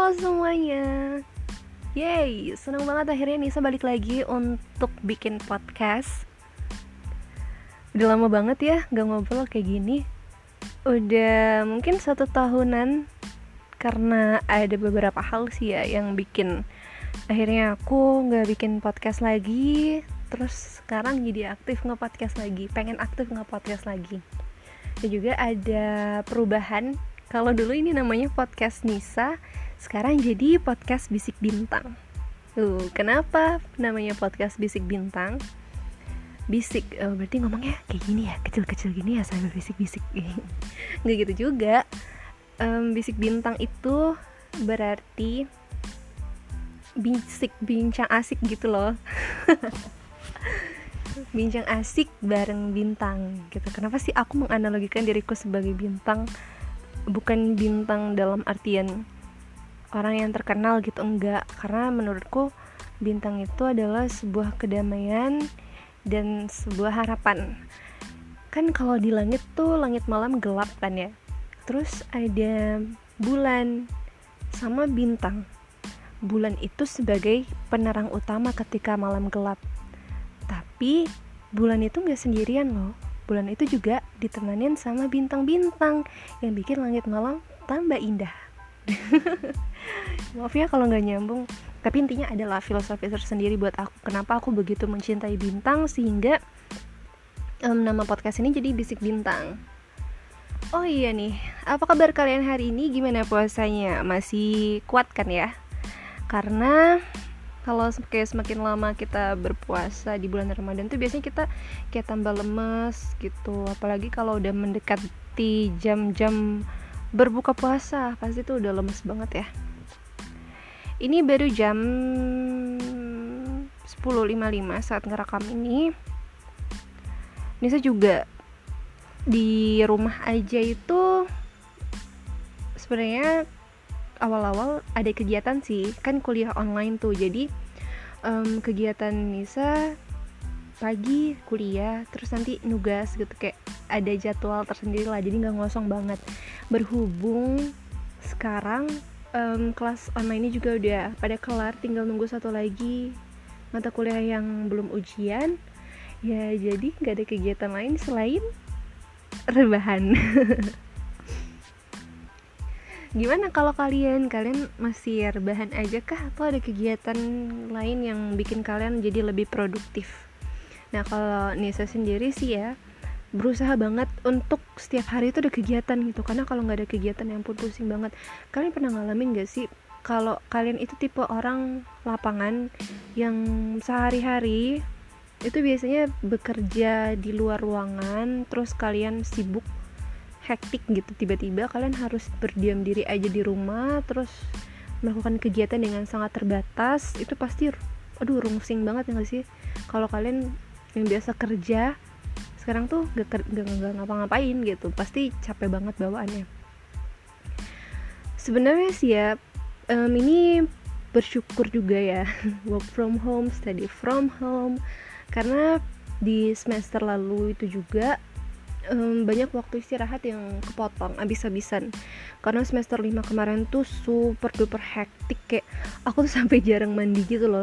Halo semuanya. Yeay, senang banget akhirnya Nisa balik lagi untuk bikin podcast. Udah lama banget ya gak ngobrol kayak gini. Udah mungkin 1 tahunan. Karena ada beberapa hal sih ya yang bikin akhirnya aku gak bikin podcast lagi. Terus sekarang jadi aktif nge-podcast lagi. Pengen aktif nge-podcast lagi. Dan juga ada perubahan. Kalau dulu ini namanya podcast Nisa, sekarang jadi podcast Bisik Bintang. Kenapa namanya podcast Bisik Bintang? Bisik, berarti ngomongnya kayak gini ya, kecil-kecil gini ya sambil bisik-bisik. Nggak gitu juga. Bisik Bintang itu berarti bisik, bincang asik gitu loh. Bincang asik bareng bintang gitu. Kenapa sih aku menganalogikan diriku sebagai bintang? Bukan bintang dalam artian orang yang terkenal gitu, enggak. Karena menurutku bintang itu adalah sebuah kedamaian dan sebuah harapan. Kan kalau di langit tuh, langit malam gelap kan ya. Terus ada bulan sama bintang. Bulan itu sebagai penerang utama ketika malam gelap. Tapi bulan itu gak sendirian loh. Bulan itu juga ditemanin sama bintang-bintang yang bikin langit malam tambah indah. Maaf ya kalau gak nyambung. Tapi intinya adalah filosofi tersendiri buat aku. Kenapa aku begitu mencintai bintang sehingga nama podcast ini jadi Bisik Bintang. Oh iya nih, apa kabar kalian hari ini? Gimana puasanya? Masih kuat kan ya? Karena kalau semakin lama kita berpuasa di bulan Ramadan tuh biasanya kita kayak tambah lemes gitu. Apalagi kalau udah mendekati jam-jam berbuka puasa, pasti tuh udah lemes banget ya. Ini baru jam 10.55 saat ngerekam ini. Nisa juga di rumah aja itu sebenarnya awal-awal ada kegiatan sih, kan kuliah online tuh. Jadi kegiatan Nisa pagi kuliah, terus nanti nugas gitu, kayak ada jadwal tersendiri lah, jadi nggak ngosong banget. Berhubung sekarang kelas online ini juga udah pada kelar, tinggal nunggu satu lagi mata kuliah yang belum ujian ya, jadi nggak ada kegiatan lain selain rebahan. Gimana kalau kalian masih rebahan aja kah, atau ada kegiatan lain yang bikin kalian jadi lebih produktif? Nah, kalau Nisa sendiri sih ya, berusaha banget untuk setiap hari itu ada kegiatan gitu. Karena kalau nggak ada kegiatan ya ampun pusing banget. Kalian pernah ngalamin nggak sih kalau kalian itu tipe orang lapangan yang sehari-hari itu biasanya bekerja di luar ruangan, terus kalian sibuk hektik gitu, tiba-tiba kalian harus berdiam diri aja di rumah, terus melakukan kegiatan dengan sangat terbatas. Itu pasti rungsing banget ya gak sih? Kalau kalian yang biasa kerja sekarang tuh gak ngapa-ngapain gitu, pasti capek banget bawaannya. Sebenarnya sih ya, ini bersyukur juga ya work from home, study from home. Karena di semester lalu itu juga banyak waktu istirahat yang kepotong abis-abisan. Karena semester 5 kemarin tuh super duper hektik, kayak aku tuh sampai jarang mandi gitu loh.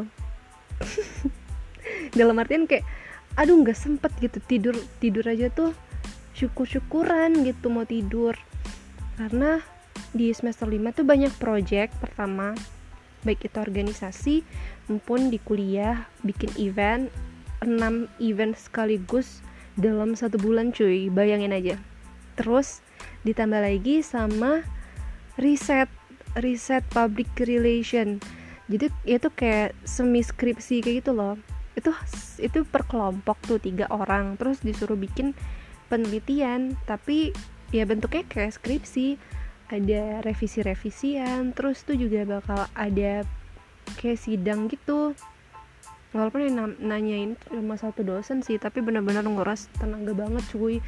Dalam artian kayak gak sempet gitu, tidur aja tuh syukur-syukuran gitu mau tidur. Karena di semester 5 tuh banyak project pertama, baik itu organisasi maupun di kuliah, bikin event 6 event sekaligus dalam 1 bulan cuy, bayangin aja. Terus ditambah lagi sama riset public relation. Jadi itu kayak semi skripsi kayak gitu loh. Itu per kelompok tuh 3 orang, terus disuruh bikin penelitian, tapi ya bentuknya kayak skripsi. Ada revisi-revisian, terus tuh juga bakal ada kayak sidang gitu. Walaupun yang nanyain cuma 1 dosen sih, tapi benar-benar nguras tenaga banget cuy.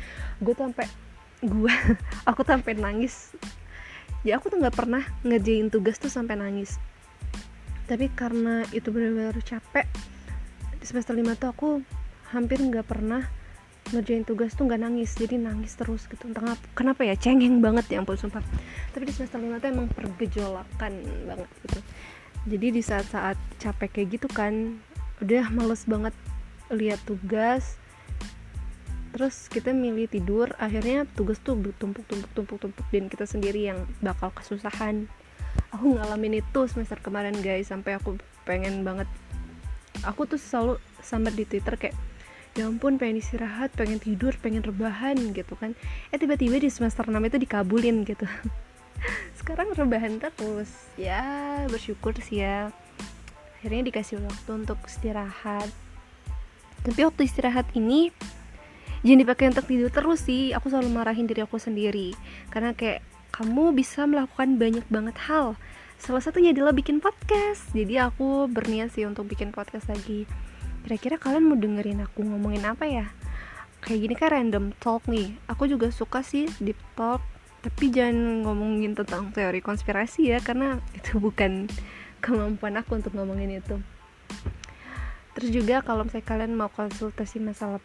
Aku sampai nangis. Ya aku tuh nggak pernah ngerjain tugas tuh sampai nangis. Tapi karena itu benar-benar capek, di semester 5 tuh aku hampir nggak pernah ngerjain tugas tuh nggak nangis, jadi nangis terus gitu, entah kenapa ya, cengeng banget ya ampun sumpah. Tapi di semester 5 tuh emang pergejolakan banget gitu. Jadi di saat-saat capek kayak gitu kan, udah males banget lihat tugas, terus kita milih tidur, akhirnya tugas tuh bertumpuk dan kita sendiri yang bakal kesusahan. Aku ngalamin itu semester kemarin guys, sampai aku pengen banget, aku tuh selalu sambat di Twitter kayak, ya ampun pengen istirahat, pengen tidur, pengen rebahan gitu kan. Tiba-tiba di semester 6 itu dikabulin gitu. Sekarang rebahan terus. Ya bersyukur sih ya, akhirnya dikasih waktu untuk istirahat. Tapi waktu istirahat ini jangan dipakai untuk tidur terus sih. Aku selalu marahin diri aku sendiri, karena kayak, kamu bisa melakukan banyak banget hal, salah satunya adalah bikin podcast. Jadi aku berniat sih untuk bikin podcast lagi. Kira-kira kalian mau dengerin aku ngomongin apa ya? Kayak gini kan random talk nih. Aku juga suka sih deep talk, tapi jangan ngomongin tentang teori konspirasi ya, karena itu bukan kemampuan aku untuk ngomongin itu. Terus juga kalau misalnya kalian mau konsultasi masalah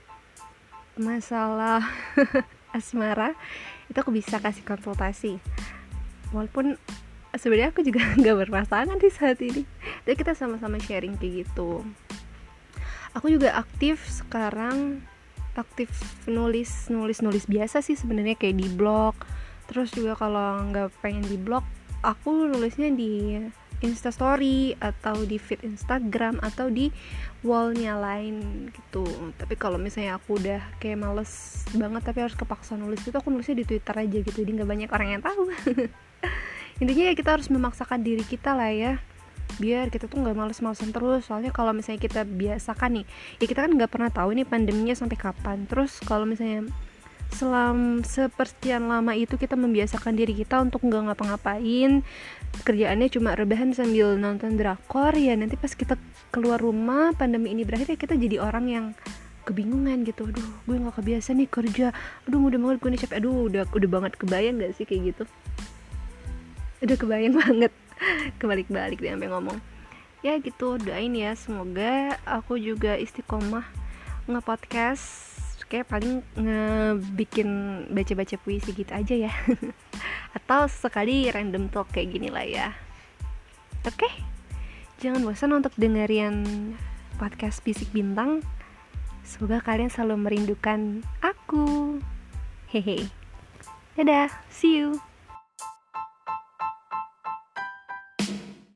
asmara, itu aku bisa kasih konsultasi. Walaupun sebenarnya aku juga nggak berpasangan di saat ini, tapi kita sama-sama sharing kayak gitu. Aku juga sekarang aktif nulis biasa sih sebenarnya, kayak di blog. Terus juga kalau nggak pengen di blog, aku nulisnya di Instastory atau di feed Instagram atau di wallnya lain gitu. Tapi kalau misalnya aku udah kayak males banget tapi harus kepaksa nulis itu, aku nulisnya di Twitter aja gitu, jadi nggak banyak orang yang tahu. Intinya ya kita harus memaksakan diri kita lah ya, biar kita tuh nggak males-malesan terus. Soalnya kalau misalnya kita biasakan nih, ya kita kan nggak pernah tahu ini pandeminya sampai kapan. Terus kalau misalnya sepersekian lama itu kita membiasakan diri kita untuk nggak ngapa-ngapain, kerjaannya cuma rebahan sambil nonton drakor, ya nanti pas kita keluar rumah pandemi ini berakhir, ya kita jadi orang yang kebingungan gitu. Aduh, gue nggak kebiasa nih kerja, aduh mudah banget gue nih capek. Aduh, udah banget kebayang gak sih kayak gitu? Udah kebayang banget. Kebalik-balik deh sampai ngomong. Ya gitu, doain ya, semoga aku juga istiqomah nge-podcast. Kayak paling ngebikin baca-baca puisi gitu aja ya. Atau sekali random talk kayak gini lah ya. Oke, jangan bosan untuk dengerin podcast Bisik Bintang. Semoga kalian selalu merindukan aku. Hehe. Dadah, see you.